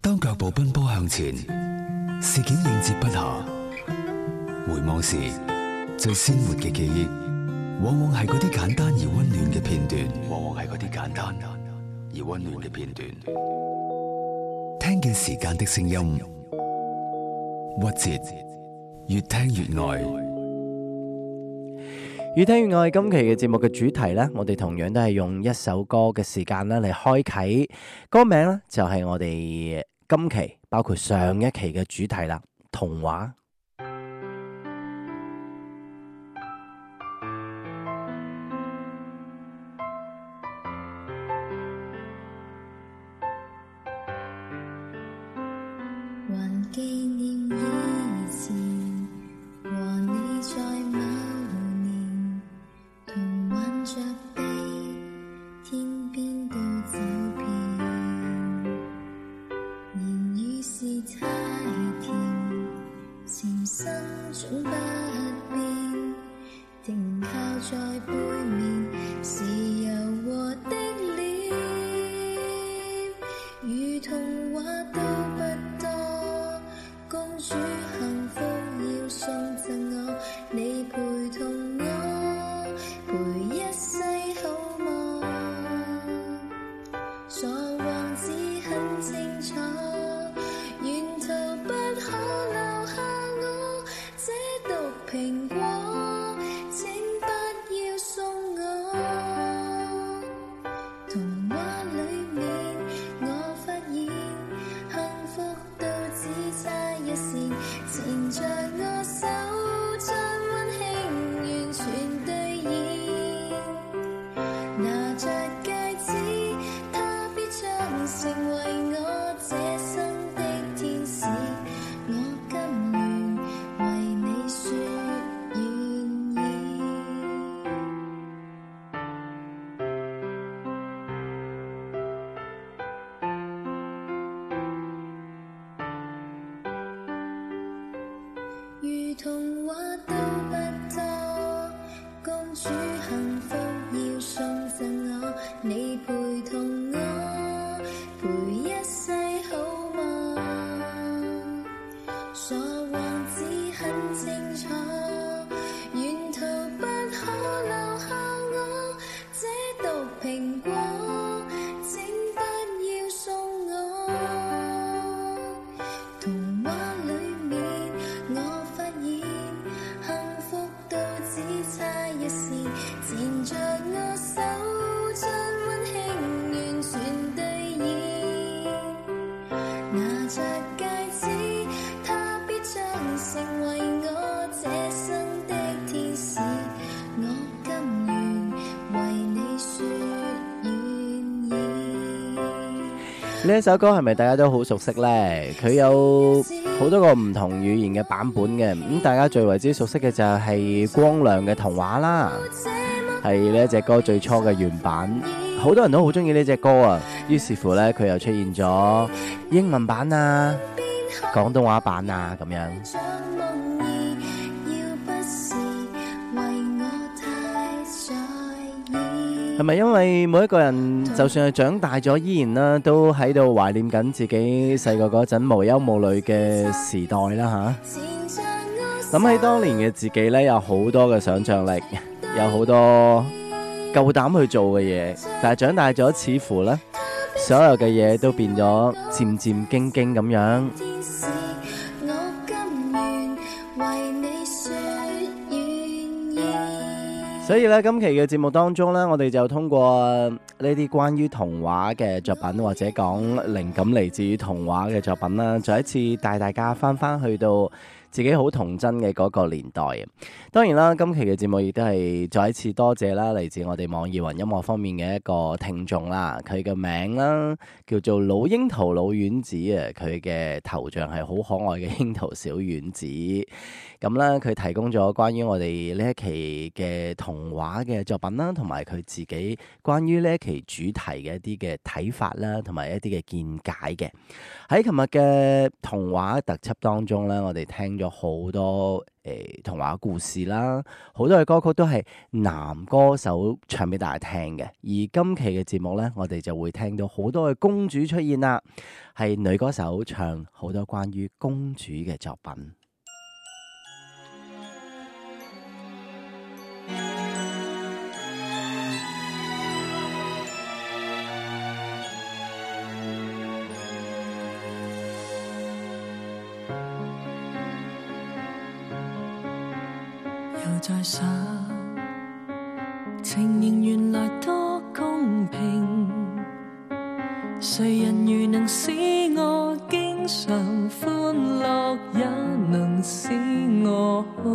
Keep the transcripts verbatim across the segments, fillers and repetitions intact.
當腳步奔波向前，事件應接不暇。回望時，最鮮活嘅記憶，往往係嗰啲簡單而溫暖嘅片段。往往係嗰啲簡單而溫暖嘅片段。聽見時間的聲音，曲折，越聽越愛。 越聽越愛，今期嘅節目嘅主題呢，我哋同樣都係用一首歌嘅時間咧嚟開啟，歌名呢就係我哋今期包括上一期嘅主題啦，童話。 還紀念以前和你在某年同玩着地，天邊都走遍，言語是太甜，潛心總不變，停靠在背面是柔和的臉，如童話都不多，公主幸福要送贈我，你陪同我，陪一世好嗎？傻王子很清楚，沿途不可留下我，這毒蘋果請不要送我。童話裡面我發現幸福都只差一線，纏着我手將溫馨完全兌現，拿着戒指它必將成為我這生的天使，我甘願為你說願意。如童話都不多，公主幸福要送贈我，你陪同我，陪一世好嗎？傻王子很清楚，沿途不可留下我，這毒蘋果請不要送我。童話裡面我發現幸福都只差一線，纏着我手將溫馨完全兌現，拿着戒指它必將成為我這生的天使，我甘願為你說願意。 呢一首歌係咪大家都好熟悉呢？佢有好多個唔同語言嘅版本嘅，咁大家最為之熟悉嘅就係光良嘅童話啦，係呢一隻歌最初嘅原版，好多人都好中意呢隻歌啊。於是乎呢，佢又出現咗英文版啊、廣東話版啊咁樣。係咪因為每一個人就算係長大咗，依然啦都喺度懷念緊自己細個嗰陣無憂無慮嘅時代啦吓？諗起當年嘅自己呢，有好多嘅想像力，有好多夠膽去做嘅嘢，但係長大咗，似乎呢，所有嘅嘢都變咗漸漸驚驚咁樣。所以咧，今期嘅節目當中咧，我哋就通過呢啲關於童話嘅作品，或者講靈感嚟自於童話嘅作品啦，再一次帶大家翻翻去到自己好童真嘅嗰個年代。當然啦，今期嘅節目亦都係再一次多謝啦，嚟自我哋網易雲音樂方面嘅一個聽眾啦，佢嘅名啦叫做老櫻桃老丸子啊，佢嘅頭像係好可愛嘅櫻桃小丸子。咁咧，佢提供咗關於我哋呢一期嘅童話嘅作品啦，同埋佢自己關於呢一期主題嘅一啲嘅睇法啦，同埋一啲嘅見解嘅。喺琴日嘅童話特輯當中咧，我哋聽咗咗好多誒、呃、童話故事啦，好多嘅歌曲都係男歌手唱俾大家聽嘅。而今期嘅節目呢，我哋就會聽到好多嘅公主出現啦，係女歌手唱好多關於公主嘅作品。 又在想，情形原來多公平，誰人如能使我經常歡樂，也能使我好。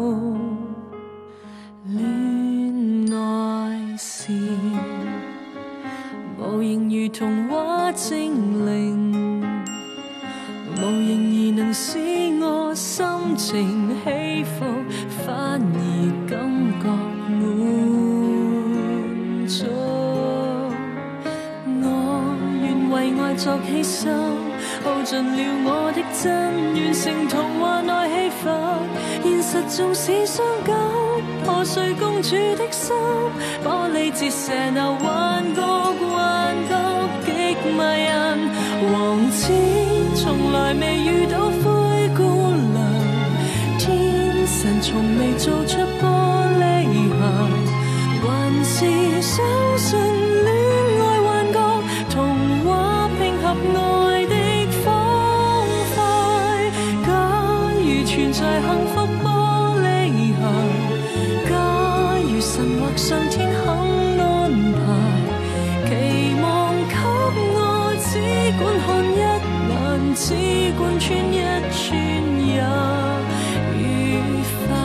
戀愛是無形如童話精靈，無形而能使我心情起伏，反而感覺滿足。我願為愛作犧牲，耗盡了我的真，完成童話內戲法。現實縱使傷感，破碎公主的心，玻璃折射那幻覺，幻覺極迷人。王子從來未遇到灰姑娘，天神從未做出玻璃鞋，還是相信戀愛幻覺，童話拼合愛的方塊。假如存在幸福玻璃鞋，假如神或上天肯安排，期望給我只管看一眼，只管穿一串也愉快。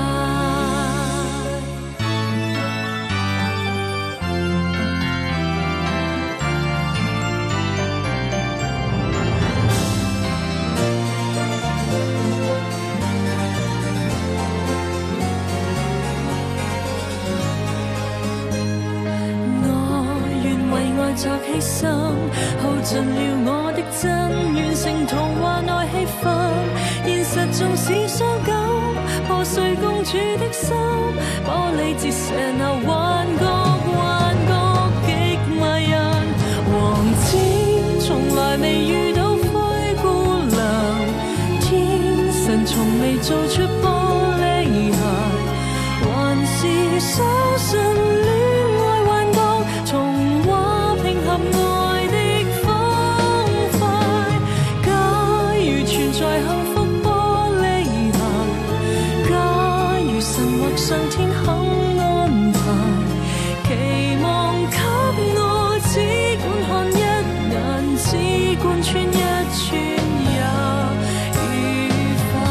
我願為愛作犧牲，耗盡了我的真，完成童話內戲法。現實縱使傷感，破碎公主的心，玻璃折射那幻覺，幻覺極迷人。王子從來未遇到灰姑娘，天神從未做出玻璃鞋，還是相信戀愛幻覺，童話拼合愛的方塊。假如存在幸福玻璃鞋，假如神或上天肯安排，期望給我只管看一眼，只管穿一串也愉快。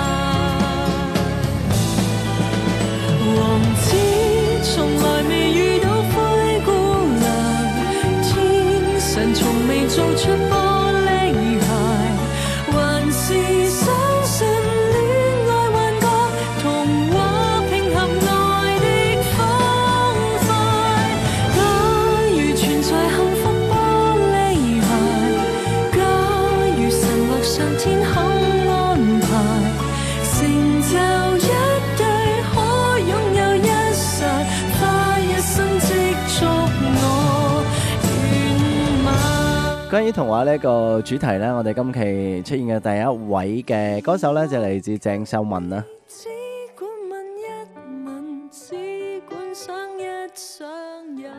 王子從來未遇到灰姑娘，天神從未做出玻璃鞋，還是相信戀愛幻覺，童話拼合愛的方塊。假如存在幸福玻璃鞋，假如神或上天肯安排，成就一對可擁有一剎，花一生積蓄我願望。 關於童話呢個主題呢，我哋今期出現嘅第一位嘅歌手呢，就嚟自鄭秀文啦。 只管吻一吻，只管想一想也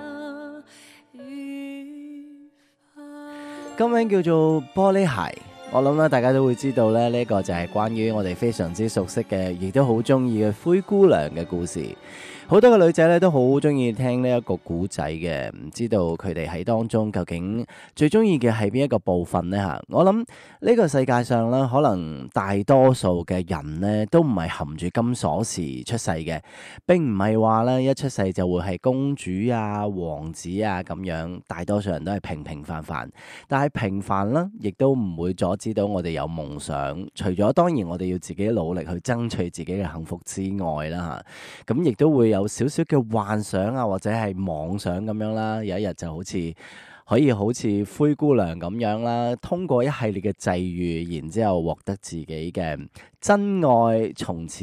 愉快。 歌名叫做玻璃鞋，我諗咧大家都會知道咧，呢個就係關於我哋非常之熟悉嘅，亦都好中意嘅灰姑娘嘅故事。好多嘅女仔咧都好中意聽呢一個古仔嘅，唔知道佢哋喺當中究竟最中意嘅係邊一個部分呢？吓？我諗呢個世界上咧，可能大多數嘅人呢都唔係含住金鎖匙出世嘅，並唔係話咧一出世就會係公主啊、王子啊咁樣，大多數人都係平平凡凡。但係平凡啦，亦都唔會阻止到我哋有夢想。除咗當然我哋要自己努力去爭取自己嘅幸福之外啦，吓，咁亦都會有有少少嘅幻想啊，或者係妄想咁樣啦。有一日就好似可以好似灰姑娘咁樣啦，通過一系列嘅際遇，然之後獲得自己嘅真愛，從此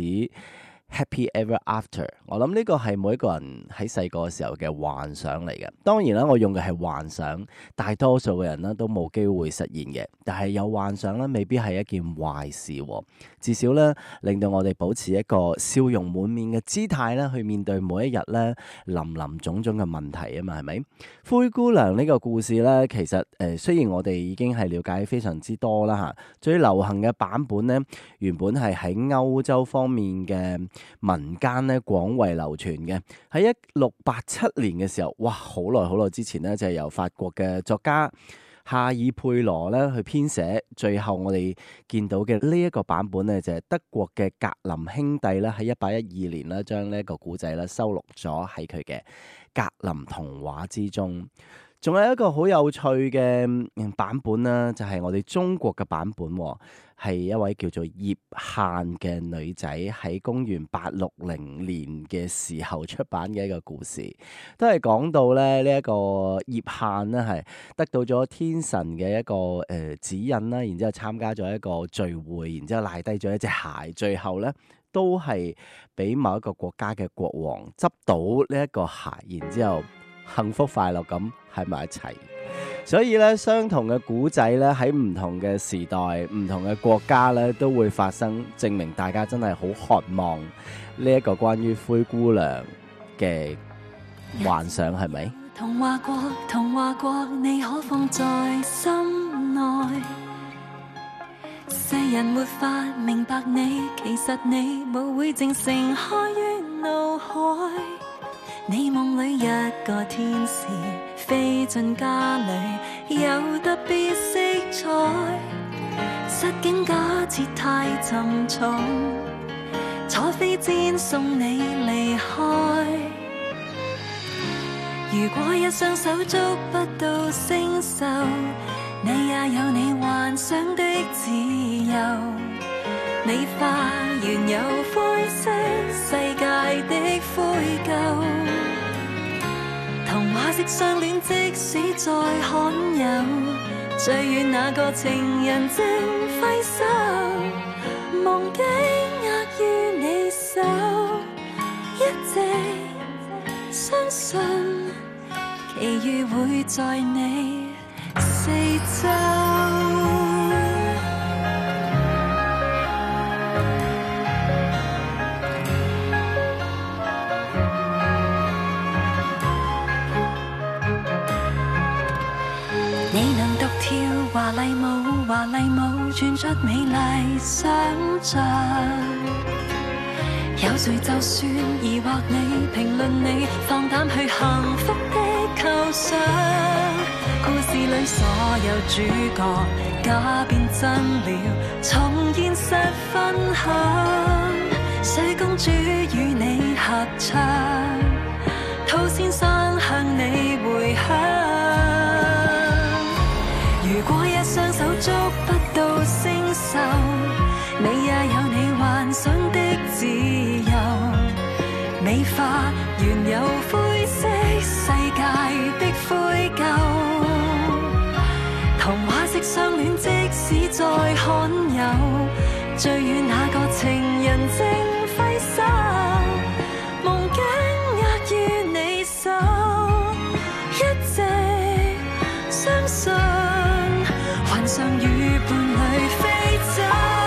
Happy Ever After。我諗呢個係每一個人喺細個嘅時候嘅幻想嚟嘅。當然啦，我用嘅係幻想，大多數嘅人呢都冇機會實現嘅。但係有幻想咧，未必係一件壞事喎。至少咧，令到我哋保持一個笑容滿面嘅姿態咧，去面對每一日咧林林總總嘅問題啊嘛，係咪？灰姑娘呢個故事咧，其實誒、呃、雖然我哋已經係了解非常之多啦嚇，最流行嘅版本咧，原本係喺歐洲方面嘅民間咧廣為流傳嘅。喺一六八七年嘅時候，哇，好耐好耐之前咧，就係、是、由法國嘅作家夏爾佩羅咧去編寫，最後我哋見到嘅呢一個版本咧，就係德國嘅格林兄弟咧喺一八一二年咧將呢一個古仔咧收錄咗喺佢嘅格林童話之中。仲有一個好有趣嘅版本啦，就係我哋中國嘅版本，係一位叫做葉限嘅女仔喺公元八六零年嘅時候出版嘅一個故事，都係講到咧呢一個葉限咧係得到咗天神嘅一個誒、呃、指引啦，然之後參加咗一個聚會，然之後賴低咗一隻鞋，最後咧都係俾某一個國家嘅國王執到呢一個鞋，然之後幸福快樂咁喺埋一齊。所以咧，相同嘅古仔咧喺唔同嘅時代、唔同嘅國家咧都會發生，證明大家真係好渴望呢一個關於灰姑娘嘅幻想，係咪？ 童話過，童話過，你可放在心內。世人沒法明白你，其實你無會淨盛開於腦海。你夢裏一個天使飛進家裏，有特別色彩。實境假設太沉重，坐飛氈送你離開。如果一雙手捉不到星宿，你也有你幻想的自由。你化原有灰色世界的灰舊，童話式相戀即使再罕有，最遠那個情人正揮手，夢境握於你手，一直相信奇遇會在你四周。華麗舞，華麗舞，轉出美麗想像。有誰就算疑惑你，評論你，放膽去幸福的構想。故事裏所有主角假變真了，從現實分享。水公主與你合唱，兔先生向你回響。如果一雙手捉不到星宿，你也有你幻想的自由。美化原有灰色世界的灰舊，童話式相戀即使再罕有，最遠那個情人正揮手，夢境握於你手，一直相信常與伴侶飛走。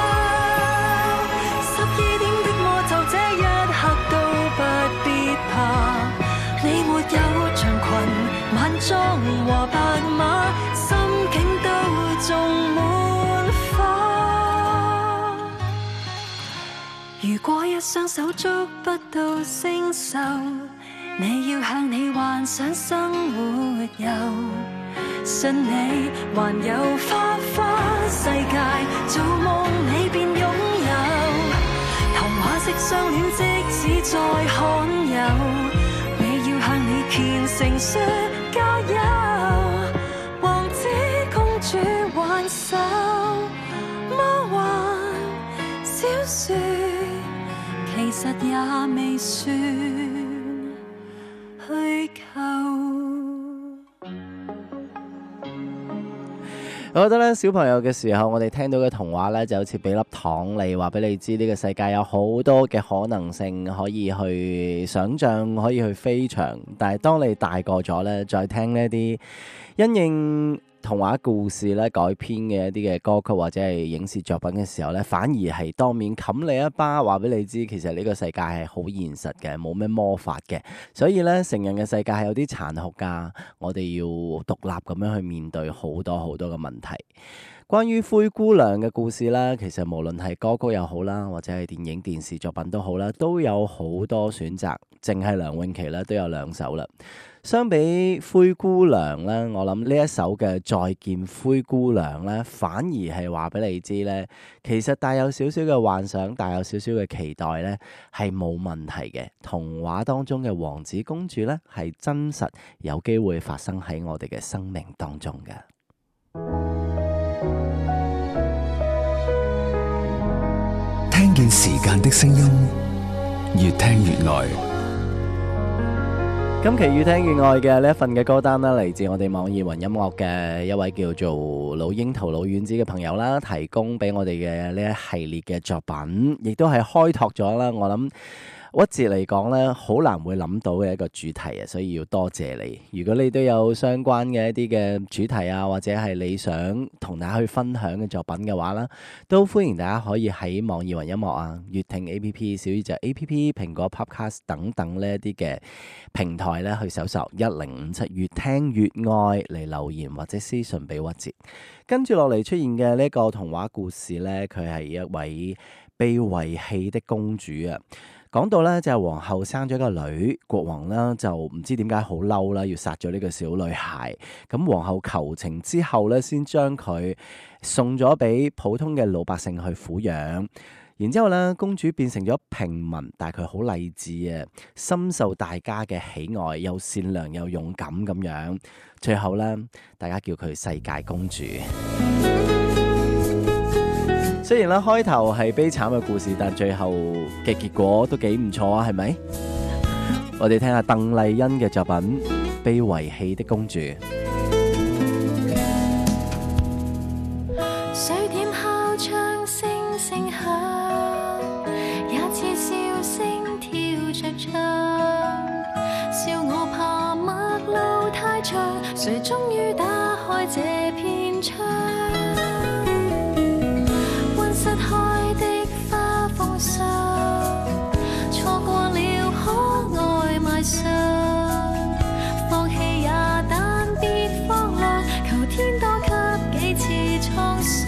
十二點的魔咒，這一刻都不必怕。你沒有長裙、晚裝和白馬，心境都種滿花。如果一雙手捉不到星宿，你要向你幻想生活遊。信你還有花花世界，做夢你便擁有。童話式相戀即使再罕有，你要向你虔誠說加油。王子公主挽手，魔幻小說其實也未算虛構。 我覺得咧，小朋友嘅時候，我哋聽到嘅童話咧，就好似俾粒糖你，話俾你知呢個世界有好多嘅可能性可以去想像，可以去飛翔。但係當你大個咗咧，再聽呢啲因應童話故事咧改編嘅一啲嘅歌曲或者係影視作品嘅時候咧，反而係當面冚你一巴，話俾你知其實呢個世界係好現實嘅，冇咩魔法嘅。所以咧，成人嘅世界係有啲殘酷㗎，我哋要獨立咁樣去面對好多好多嘅問題。關於灰姑娘嘅故事啦，其實無論係歌曲又好啦，或者係電影電視作品都好啦，都有好多選擇。淨係梁詠琪咧都有兩首啦。相比灰姑娘咧，我諗呢一首嘅再見灰姑娘咧，反而係話俾你知咧，其實帶有少少嘅幻想，帶有少少嘅期待咧，係冇問題嘅。童話當中嘅王子公主咧，係真實有機會發生喺我哋嘅生命當中嘅。 聽見時間的聲音，越聽越愛。 今期越聽越愛嘅呢一份嘅歌單啦，嚟自我哋網易雲音樂嘅一位叫做老櫻桃老丸子嘅朋友啦，提供俾我哋嘅呢一系列嘅作品，亦都係開拓咗啦。我諗屈折嚟講咧，好難會諗到嘅一個主題啊，所以要多謝你。如果你都有相關嘅一啲嘅主題啊，或者係你想同大家去分享嘅作品嘅話啦，都歡迎大家可以喺網易雲音樂啊、粵聽 A P P、小宇宙 A P P、蘋果 Podcast 等等呢一啲嘅平台咧，去搜索一零五七越聽越愛嚟留言或者私信俾屈折。跟住落嚟出現嘅呢個童話故事咧，佢係一位被遺棄的公主啊。講到咧就係皇后生咗個女，國王呢就唔知點解好嬲啦，要殺咗呢個小女孩。咁皇后求情之後咧，先將佢送咗俾普通嘅老百姓去撫養。然之後咧，公主變成咗平民，但係佢好勵志啊，深受大家嘅喜愛，又善良又勇敢咁樣。最後咧，大家叫佢世界公主。雖然咧開頭係悲慘嘅故事，但最後嘅結果都幾唔錯啊，係咪？我哋聽下鄧麗欣嘅作品《被遺棄的公主》。 水點敲窗聲聲響，也似笑聲跳着唱，笑我怕陌路太長，誰終於打開這片窗。失開的花風霜，錯過了可愛賣相，放棄也但別放浪，求天多給幾次創傷。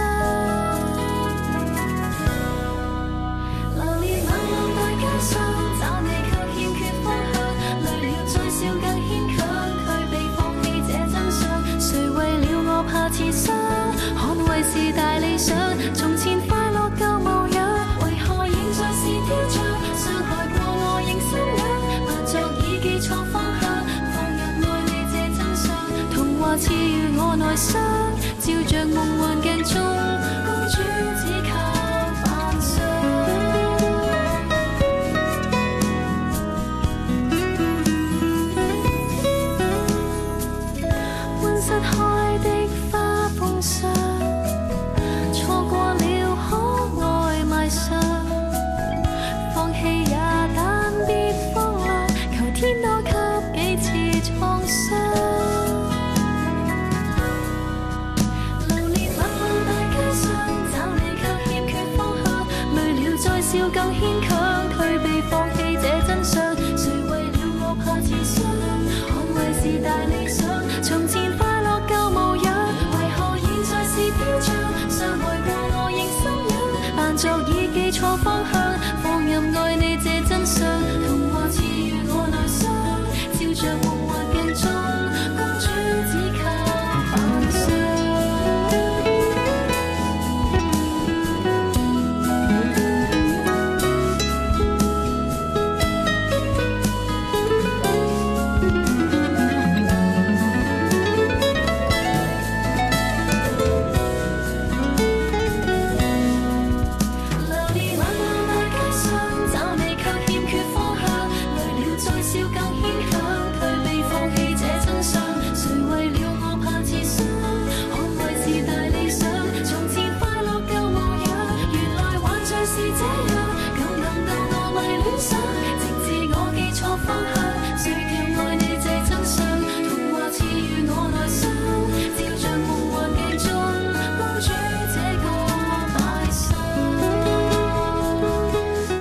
流連冷冷大街上，找你卻欠缺方向，累了再笑更牽強，卻被放棄這真相。誰為了我怕刺傷，捍衛是大理想，從前舊模樣，為何現在是挑戰？傷害過我仍心癢，扮作已記錯方向，放任愛你這真相。童話賜予我內傷，照着夢幻鏡中，公主只靠扮相。溫室開的花風霜，錯過了放棄也但別放浪，求天多給幾次創傷。流連冷冷大街上，找你卻欠缺方向，累了再笑更牽強，退避放棄這真相。誰為了我怕刺傷，捍衛是大理想，從前快樂舊模樣，為何現在是挑戰？傷害過我仍心癢，扮作已記錯方向，放任愛你這真相。童話賜予我內傷，照着夢幻鏡中，公主只靠扮相。流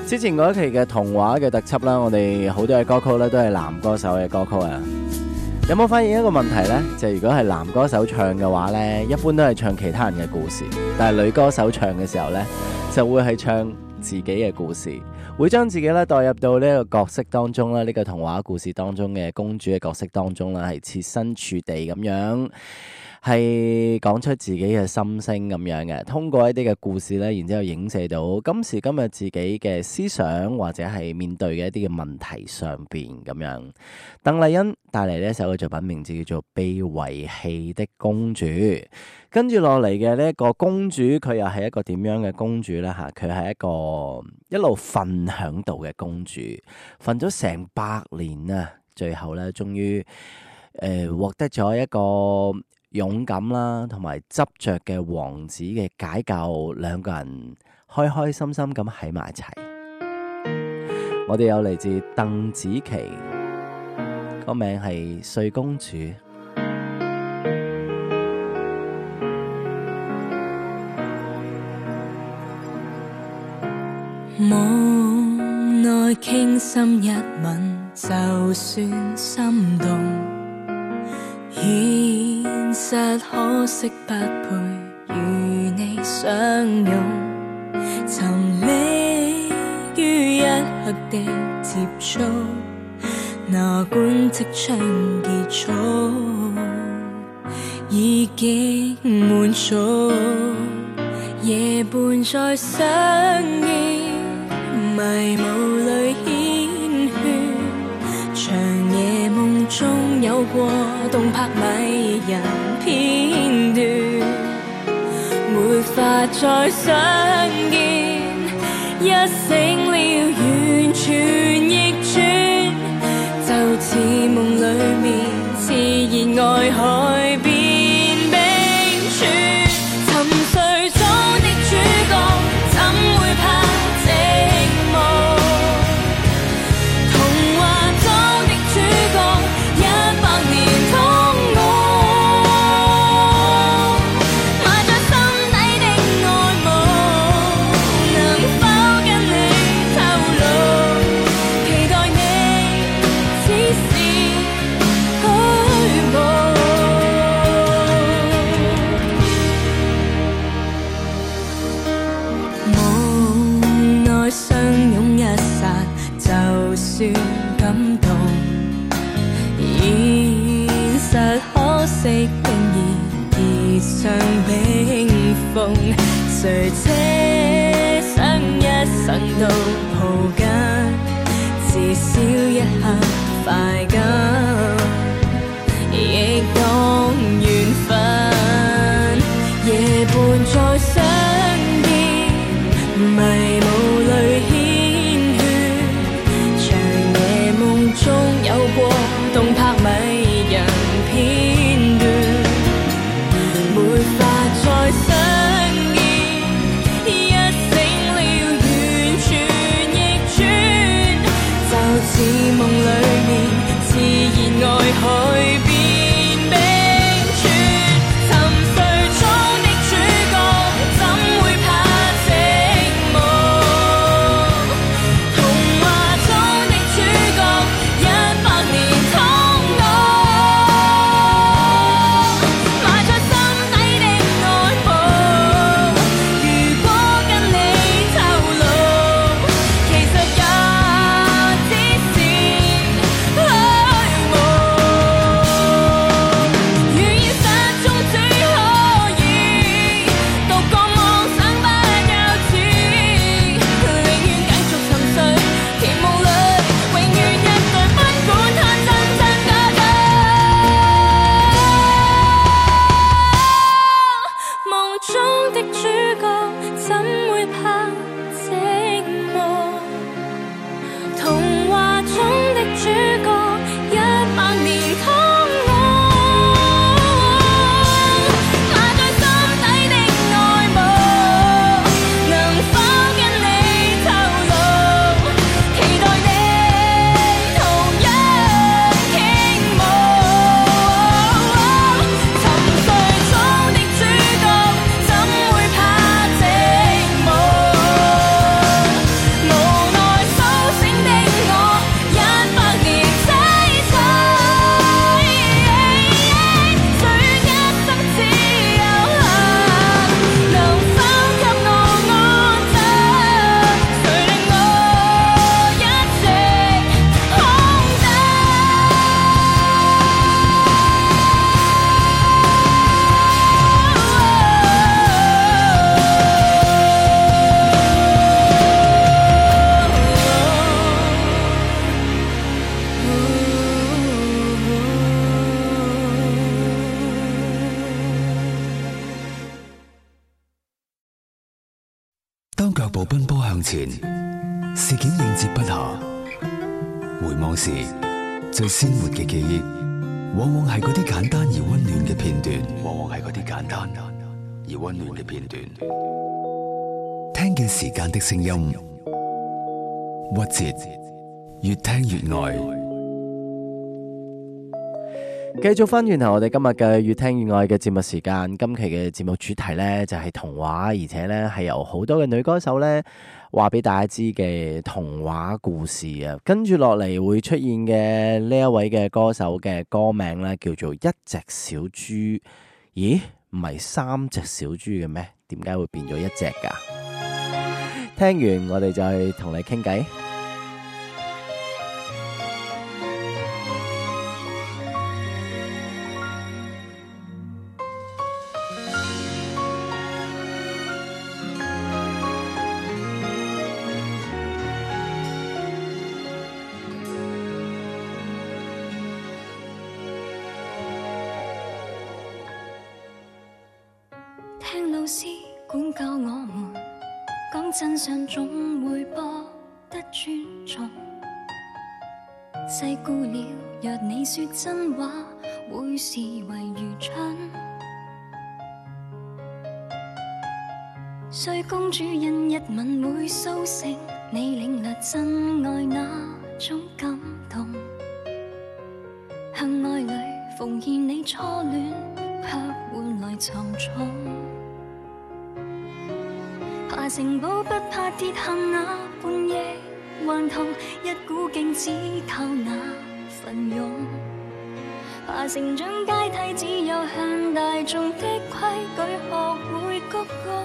之前嗰一期嘅童話嘅特輯啦，我哋好多嘅歌曲咧都係男歌手嘅歌曲啊。有冇發現一個問題呢？就係如果係男歌手唱嘅話呢，一般都係唱其他人嘅故事；但係女歌手唱嘅時候呢，就會係唱自己嘅故事，會將自己咧代入到呢個角色當中啦，呢個童話故事當中嘅公主嘅角色當中啦，係設身處地咁樣。係講出自己嘅心聲咁樣嘅，通過一啲嘅故事咧，然之後影射到今時今日自己嘅思想或者係面對嘅一啲嘅問題上邊咁樣。鄧麗欣帶嚟呢一首嘅作品名字叫做《被遺棄的公主》，跟住落嚟嘅呢一個公主，佢又係一個點樣嘅公主呢？吓，佢係一個一路瞓響度嘅公主，瞓咗成百年啊，最後咧終於誒獲得咗一個勇敢啦，同埋執着嘅王子嘅解救，兩個人開開心心咁喺埋一齊。我哋有嚟自鄧紫棋，個名係睡公主。 夢內傾心一吻，就算心動。現實可惜不配與你相擁，沉溺於一刻的接觸，哪管即將結束，已經滿足。夜伴在相依，迷霧裏牽牽，長夜夢中有過動魄迷人片段，沒法再相見，一醒了完全逆轉，就似夢裏面熾熱愛海變冰川，沉睡中的主角怎會怕寂寞，童話中的主角一百年痛我，埋在心底的愛慕，能否跟你透露，期待你只是虛無。夢內相擁一剎，就算感動，現實可惜經已結上冰封，誰奢想一生都抱緊，至少一刻快感，亦當緣分，夜伴在相見，迷霧裏牽牽，長夜夢中有過動魄迷人片段，沒法再相見，一醒了完全逆轉，就似夢裏面熾熱腳步奔波向前，事件應接不暇。回望時，最鮮活嘅記憶，往往係嗰啲簡單而溫暖嘅片段，往往係嗰啲簡單而溫暖嘅片段。聽見時間的聲音，曲折，越聽越愛。 繼續翻轉頭，我哋今日嘅越聽越愛嘅節目時間，今期嘅節目主題呢，就係童話，而且呢係由好多嘅女歌手呢話俾大家知嘅童話故事啊。跟住落嚟會出現嘅呢一位嘅歌手嘅歌名呢，叫做一隻小豬。咦，唔係三隻小豬嘅咩？點解會變咗一隻㗎？聽完我哋就係同你傾偈。 聽老師管教我們，講真相總會博得尊重。細估了，若你說真話，會視為愚蠢。睡公主因一吻會甦醒，你領略真愛那種感動。向愛侶奉獻你初戀，卻換來沉重。爬城堡不怕跌下那半夜頑童，一股勁只靠那奮勇。爬成長階梯只有向大眾的規矩學會鞠躬。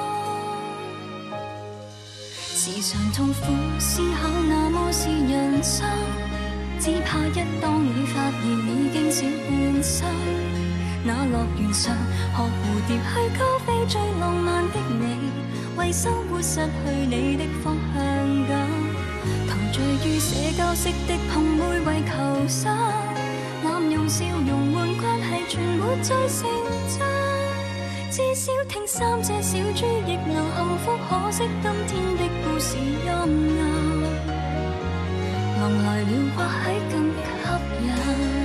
時常痛苦思考那麼是人生，只怕一當你發現已經少半生。那樂園上學蝴蝶去高飛，最浪漫的你為生活失去你的方向感，陶醉於社交式的碰杯為求生，濫用笑容換關係全沒再成真。至少聽三隻小豬亦能幸福，可惜今天的故事陰暗，狼來了或許更吸引。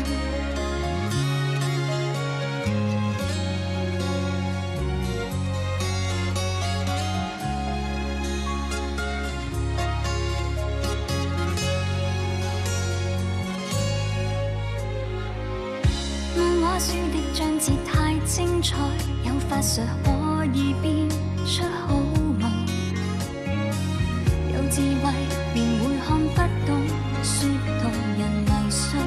書的章節太精彩，有法術可以變出好夢，有智慧便會看不懂，說動人良心。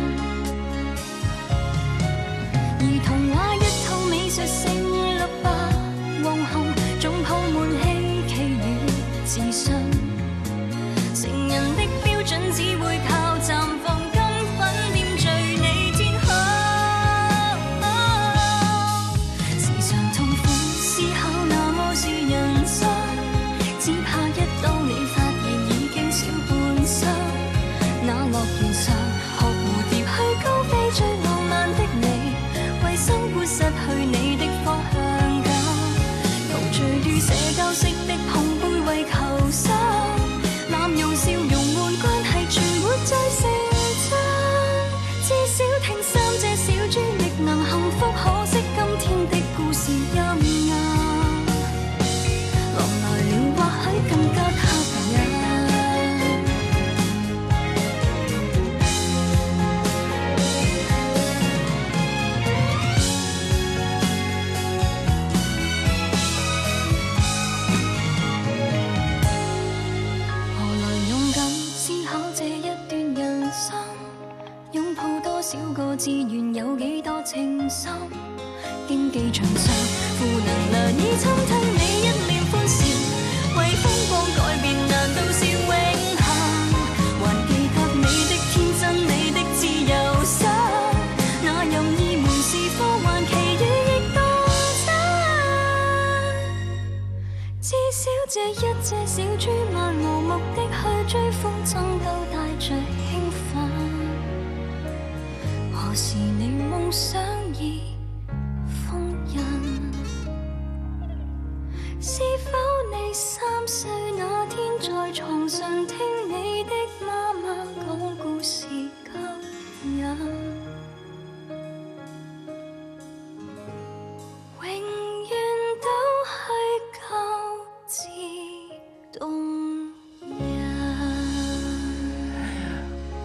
而童話一套美術成立吧，惶恐總鋪滿希冀與自信，成人的標準只會靠綻放金粉點綴你天空。只怕一當你發現已經少半生，那樂園上學蝴蝶去高飛，最浪漫的你為生活失去你的方向感，陶醉於社交式的碰杯為求生，濫用笑容換關係全沒再成真。至少聽三隻小豬亦能幸福，可惜今天的故事陰暗，更加吸引。何來勇敢思考這一段人生？擁抱多少個志願，有幾多情深？競技場上負能量已侵吞你一臉歡笑，為風光改變難道是永恆？還記得你的天真，你的自由身，那任意門是科幻，奇遇亦當真。至少這一隻小豬漫無目的去追風箏，都帶着興奮。何時你夢想已封印？是否你三歲？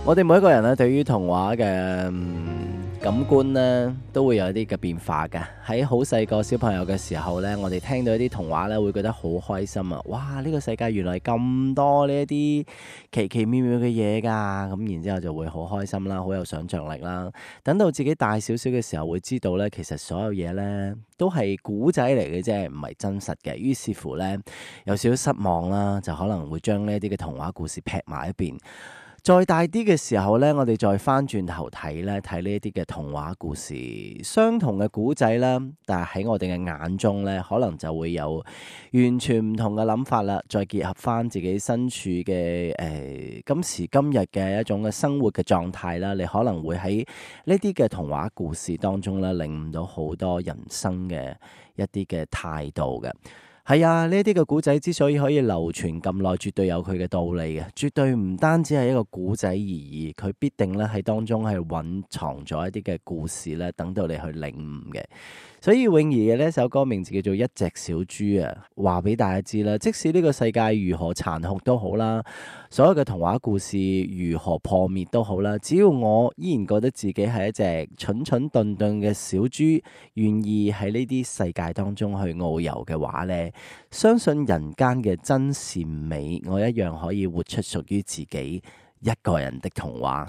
我哋每一個人咧，對於童話嘅、嗯、感官呢，都會有啲嘅變化嘅。喺好細個小朋友嘅時候呢，我哋聽到一啲童話呢，會覺得好開心啊！哇，呢、這個世界原來咁多呢一啲奇奇妙妙嘅嘢噶，咁然之後就會好開心啦，好有想像力啦。等到自己大少少嘅時候，會知道呢，其實所有嘢呢，都係古仔嚟嘅啫，唔係真實嘅。於是乎呢，有少少失望啦，就可能會將呢一啲嘅童話故事劈埋一邊。再大啲嘅時候呢，我哋再翻轉頭睇呢，睇呢一啲嘅童話故事，相同嘅古仔啦，但係喺我哋嘅眼中呢，可能就會有完全唔同嘅諗法啦。再結合翻自己身處嘅誒、呃、今時今日嘅一種嘅生活嘅狀態啦，你可能會喺呢啲嘅童話故事當中呢，領悟到好多人生嘅一啲嘅態度嘅。係啊，呢啲嘅古仔之所以可以流傳咁耐，絕對有佢嘅道理嘅，絕對唔單止係一個古仔而已，佢必定咧喺當中係蘊藏咗一啲嘅故事咧，等到你去領悟嘅。所以泳兒嘅呢首歌名字叫做《一隻小豬》啊，話俾大家知啦，即使呢個世界如何殘酷都好啦，所有嘅童話故事如何破滅都好啦，只要我依然覺得自己係一隻蠢蠢頓頓嘅小豬，願意喺呢啲世界當中去遨遊嘅話呢，相信人間嘅真善美，我一樣可以活出屬於自己一個人的童話。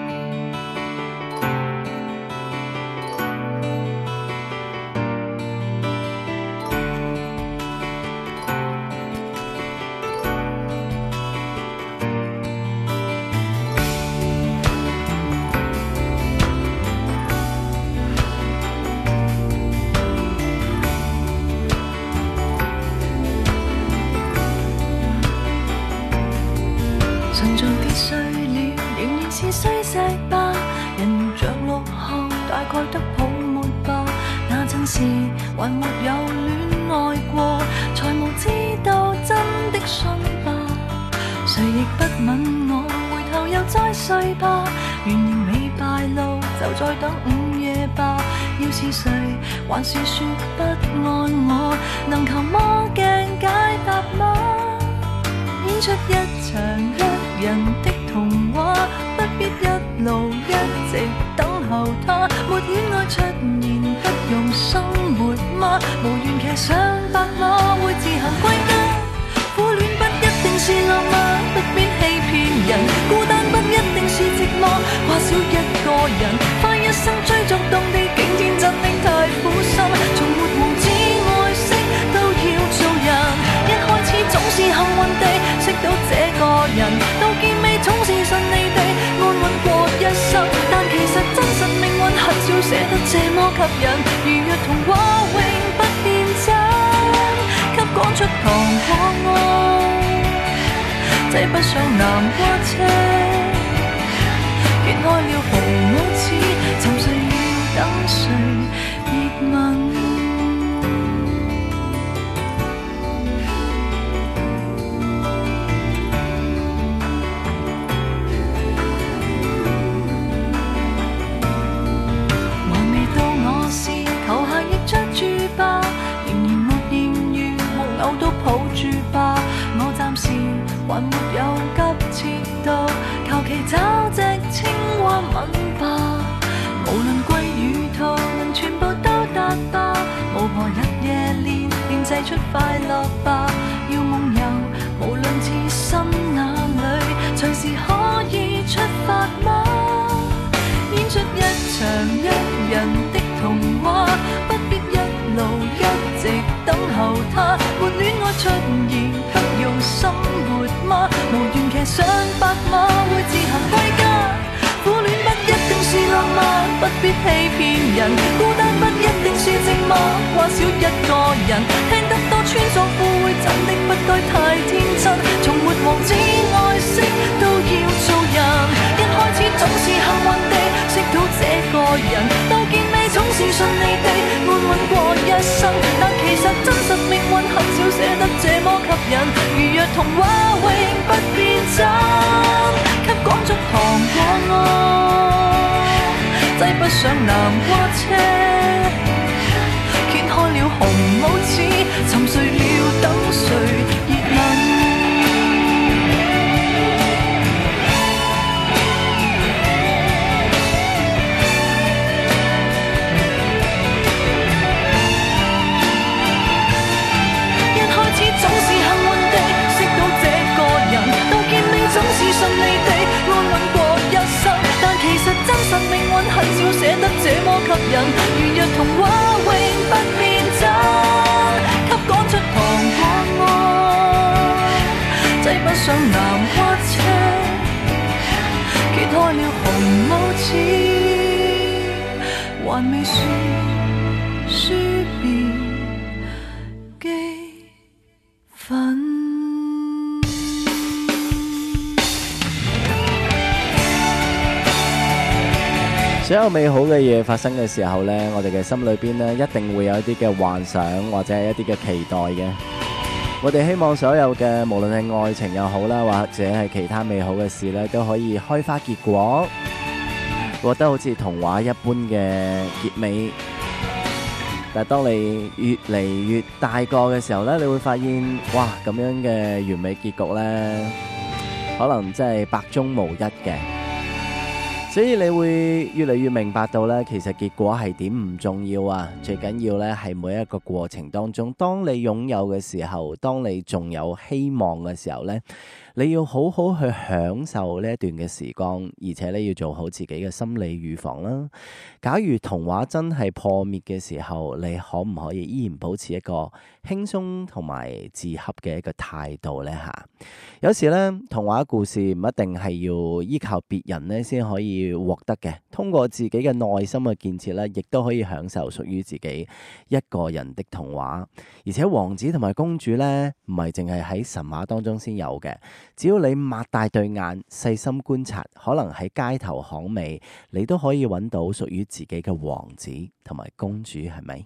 還沒有戀愛過，才無知道真的信吧。誰亦不吻我，回頭又再睡吧。原形未敗露，就再等午夜吧。要是誰還是說不愛我，能求魔鏡解答嗎？演出一場一人的童話，不必一路一直等候他。沒戀愛出現，不用生活嗎？無緣騎上白馬，會自行歸家。苦戀不一定是浪漫，不必欺騙人。孤單不一定是寂寞，話少一個人，花一生追逐動地景天真的太苦心。從沒王子愛惜都要做人，一開始總是幸運地識到這個人，到結尾總是順利地安穩過一生。但其實真實命運很少寫得這麼吸引，如若童話永不變真，給趕出糖果愛，擠不上南瓜車，揭開了紅帽子，沉睡了等誰熱吻。抱住吧，我暫時還沒有急切到，求其找隻青蛙吻吧。無論龜與兔，能全部都達吧。巫婆日夜練，練製出快樂吧。要夢遊，無論置身哪裏，隨時可以出發嗎？演出一場一人的童話，不必一路一直等候他。沒戀愛出現，不用生活嗎？無緣騎上白馬，會自行歸家。苦戀不一定是浪漫，不必欺騙人。孤單不一定是寂寞，話少一個人，聽得多穿鑿附會，真的不該太天真。從沒王子愛惜都要做人，一開始總是幸運地識到這個人，到結尾總是順利地安穩過一生。但其實真實命運很少寫得這麼吸引，如若童話永不變真，給趕足糖果愛，擠不上南瓜車，揭開了紅帽子，沉睡了等誰熱吻。 擠不上南或赤，揭開了紅帽子，還未算書面記分。 所有美好嘅嘢發生嘅時候呢，我哋嘅心裏邊呢，一定會有一啲嘅幻想或者係一啲嘅期待嘅。我哋希望所有嘅無論係愛情又好啦，或者係其他美好嘅事呢，都可以開花結果，獲得好似童話一般嘅結尾。但係當你越嚟越大個嘅時候呢，你會發現哇，咁樣嘅完美結局呢，可能真係百中無一嘅。所以你會越嚟越明白到咧，其實結果係點唔重要啊，最緊要咧係每一個過程當中，當你擁有嘅時候，當你仲有希望嘅時候咧，你要好好去享受呢一段嘅時光，而且咧要做好自己嘅心理預防啦。假如童話真係破滅嘅時候，你可唔可以依然保持一個輕鬆同埋自洽嘅一個態度呢？吓，有時咧童話故事唔一定係要依靠別人咧先可以獲得嘅，通過自己嘅內心嘅建設咧，亦都可以享受屬於自己一個人的童話。而且王子同埋公主咧，唔係淨係喺神話當中先有嘅。只要你擘大對眼，細心觀察，可能喺街頭巷尾，你都可以揾到屬於自己嘅王子同埋公主，係咪？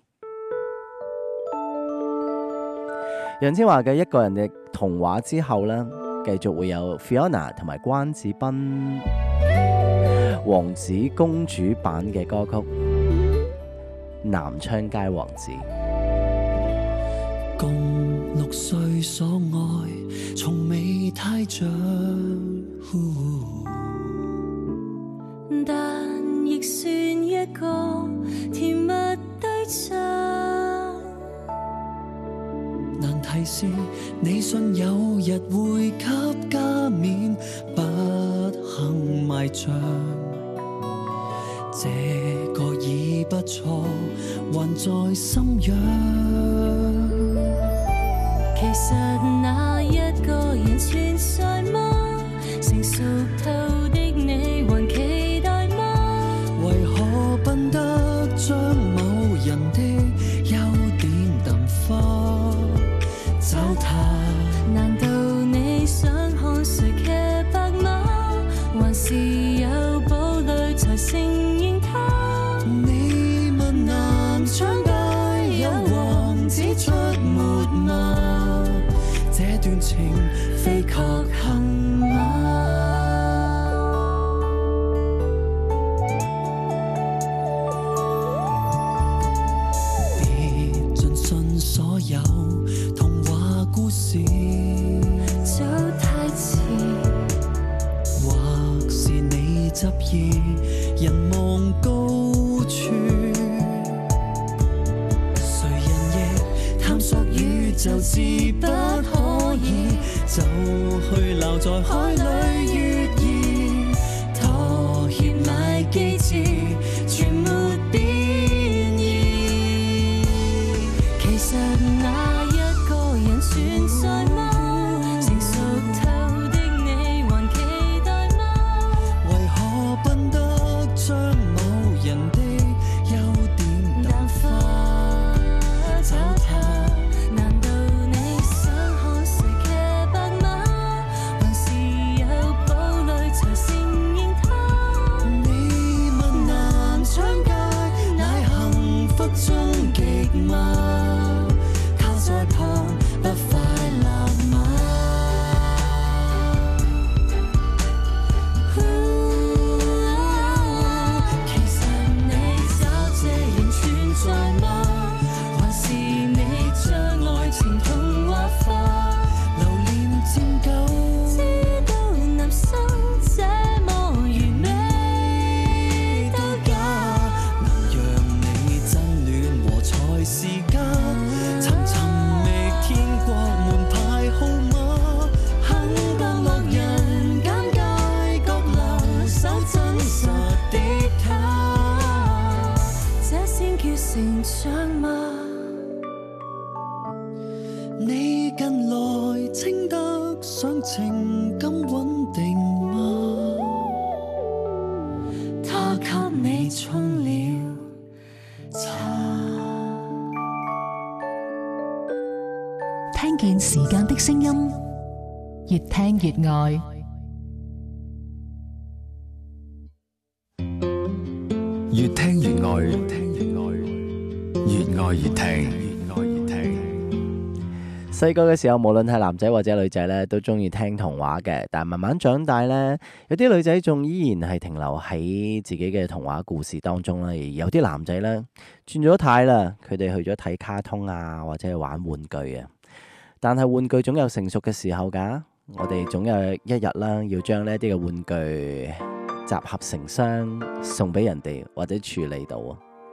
楊千嬅嘅一個人嘅童話之後呢，繼續會有 Fiona 同埋關智斌王子公主版嘅歌曲《南昌街王子》。 共六歲所愛，從未太像， 但亦算一個甜蜜對象。 難題是你信有日會給加冕，不幸埋葬。這個已不錯，還在心癢。 其實那一個人存在嗎？成熟透的你還期待嗎？ 為何笨得將某人的優點淡化？找他， 難道你想看誰騎白馬？還是有堡壘才承認他？ 你問南昌街有王子出沒嗎？這段情非確幸嗎？別盡信所有童話故事， 早太遲， 或是你執意人望高處，誰人亦探索宇宙是不可以，就去留在海裏月兒，妥協乃機智，全沒變異。 其實那一個人存在嗎？成熟透的你還期待嗎？ 為何笨得將某人的優點淡化？找他， 難道你想看誰騎白馬？還是有想情感穩定嗎？他給你沖了茶。 聽見時間的聲音，越聽越愛。 越聽越愛，越聽越愛，越愛越聽，越愛越聽。 細個嘅時候，無論係男仔或者女仔咧，都中意聽童話嘅。但係慢慢長大咧，有啲女仔仲依然係停留喺自己嘅童話故事當中啦。而有啲男仔咧轉咗態啦，佢哋去咗睇卡通啊，或者係玩玩具啊。但係玩具總有成熟嘅時候㗎，我哋總有一日啦，要將呢啲嘅玩具集合成箱送俾人哋，或者處理到啊。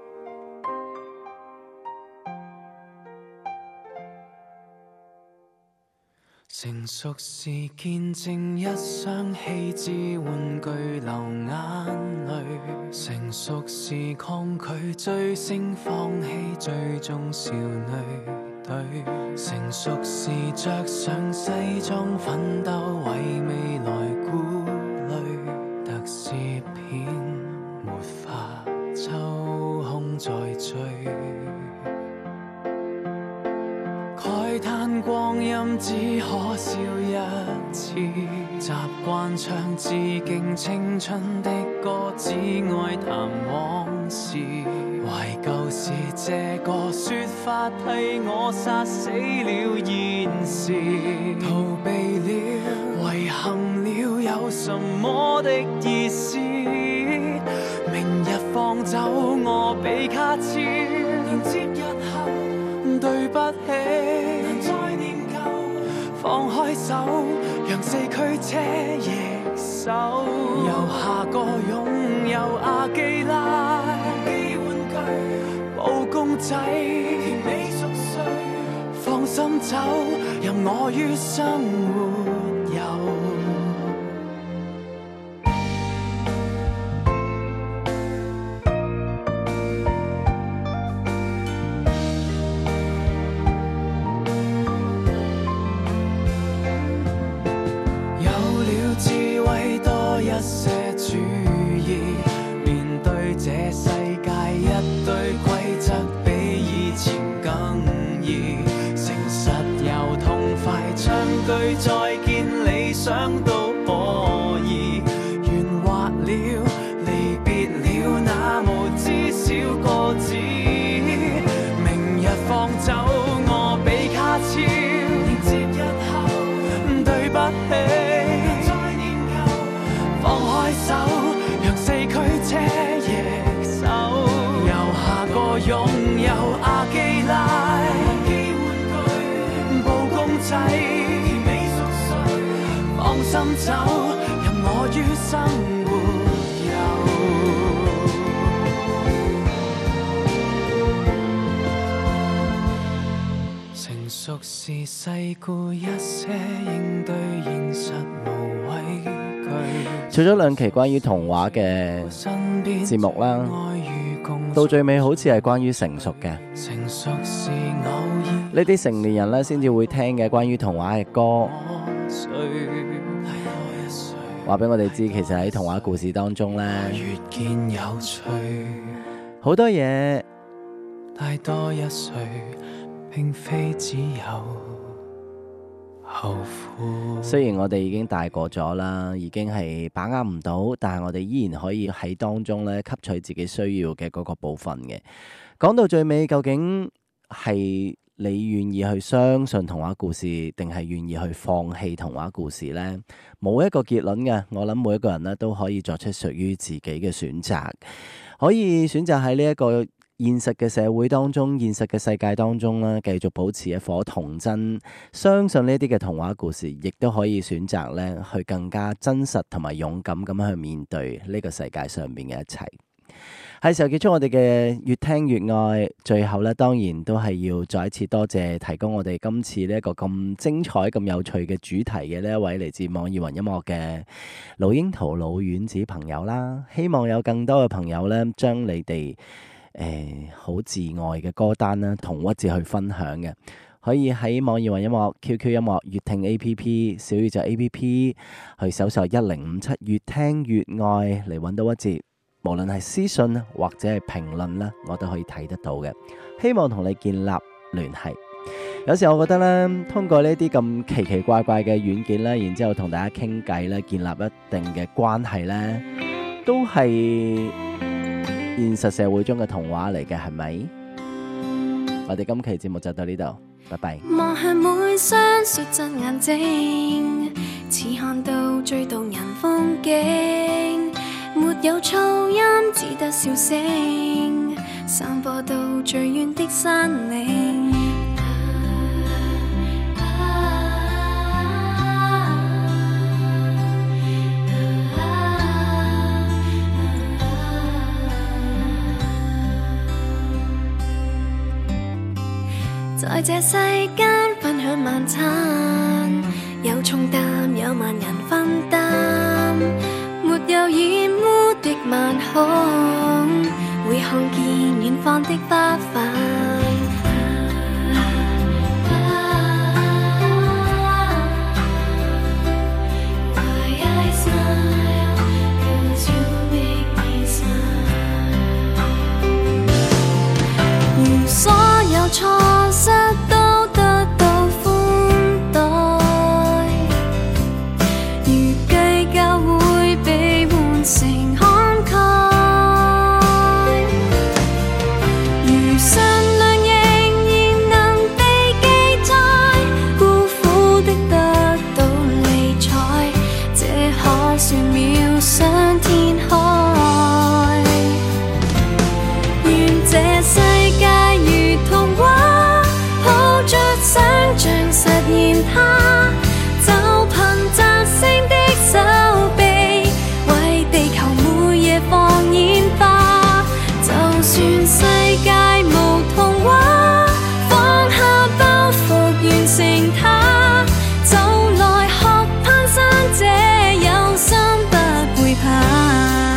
成熟時見證一雙棄置玩具流眼淚，成熟時抗拒追星放棄最終少女隊，成熟時着上西裝奮鬥為未來顧慮，特攝片沒法抽空再追，慨嘆光陰只可笑一次，習慣唱致敬青春的歌，只愛談往事，懷舊時這個說法替我殺死了現時，逃避了遺憾了有什麼的意思，明日放走我比卡超，連接日後對不起，難再念舊，放開手，讓四驅車易手，由下個擁有阿基拉，機玩具，布公仔，甜美熟睡，放心走，任我於生活遊。再見理想都可以，圓滑了，離別了那無知小個子，明日放走我比卡超，連接日後對不起，再念舊，放開手，讓四驅車易手，由下個擁有阿基拉，機玩具，布公仔，放心走，任我於生活遊。成熟時世故一些，應對現實無畏懼。 除咗兩期關於童話嘅節目啦，到最尾好似係關於成熟嘅。 成熟時偶然呢啲成年人咧先至會聽嘅關於童話嘅歌。話俾我哋知，其實喺童話故事當中咧， 越見有趣， 好多嘢大多一歲，並非只有後悔。 雖然我哋已經大個咗啦，已經係把握唔到，但係我哋依然可以喺當中咧吸取自己需要嘅嗰個部分嘅。講到最尾，究竟係你願意去相信童話故事，定係願意去放棄童話故事呢？冇一個結論嘅。我諗每一個人咧都可以作出屬於自己嘅選擇，可以選擇喺呢一個現實嘅社會當中、現實嘅世界當中咧，繼續保持一顆童真，相信呢啲嘅童話故事，亦都可以選擇咧去更加真實同埋勇敢咁去面對呢個世界上面嘅一切。係時候結束我哋嘅越聽越愛，最後咧當然都係要再一次多謝提供我哋今次呢一個咁精彩、咁有趣嘅主題嘅呢一位嚟自網易雲音樂嘅老櫻桃老丸子朋友啦。希望有更多嘅朋友咧，將你哋誒好摯愛嘅歌單啦，同屈志去分享嘅。 可以喺網易雲音樂、Q Q 音樂、粵聽 A P P、小宇宙 A P P 去搜索一零五七越聽越愛嚟揾到一節，無論係私信或者係評論啦，我都可以睇得到嘅。希望同你建立聯繫。有時候我覺得咧，通過呢啲咁奇奇怪怪嘅軟件咧，然之後同大家傾偈咧，建立一定嘅關係咧，都係現實社會中嘅童話嚟嘅，係咪？我哋今期節目就到呢度，拜拜。 望向每雙率真眼睛，似看到最動人風景，沒有噪音，只得笑聲，散播到最遠的山嶺。在這世間分享晚餐，有重擔有萬人分擔，沒有染污的晚空，會看見遠方的花瓣。如所有錯失都得到寬待，如計較會被換成慷慨，如信亮仍然能被記載，孤苦的得到理睬，這可算妙想天開。願這世界如童話，抱着想像實現它，就憑摘星的手臂，為地球每夜放煙花。就算世界無童話，放下包袱完成它，就來學攀山者有心不會怕。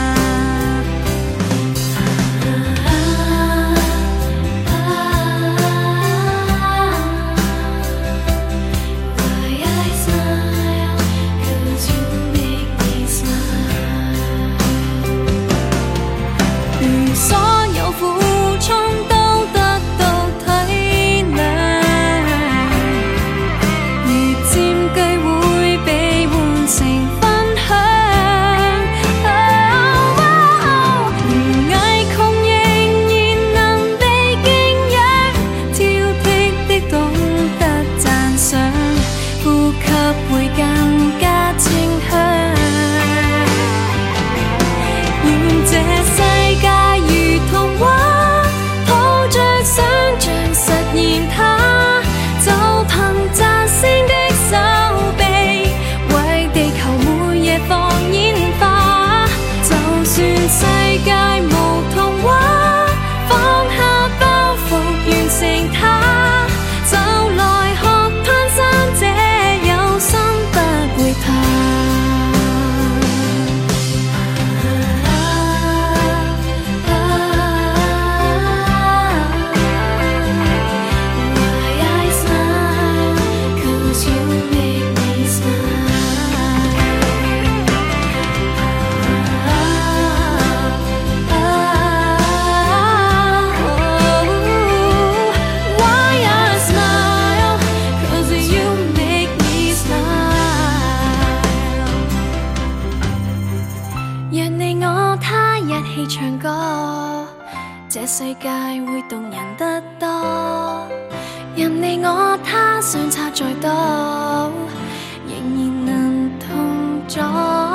唱歌，這世界會動人得多。任你我他相差再多，仍然能同坐。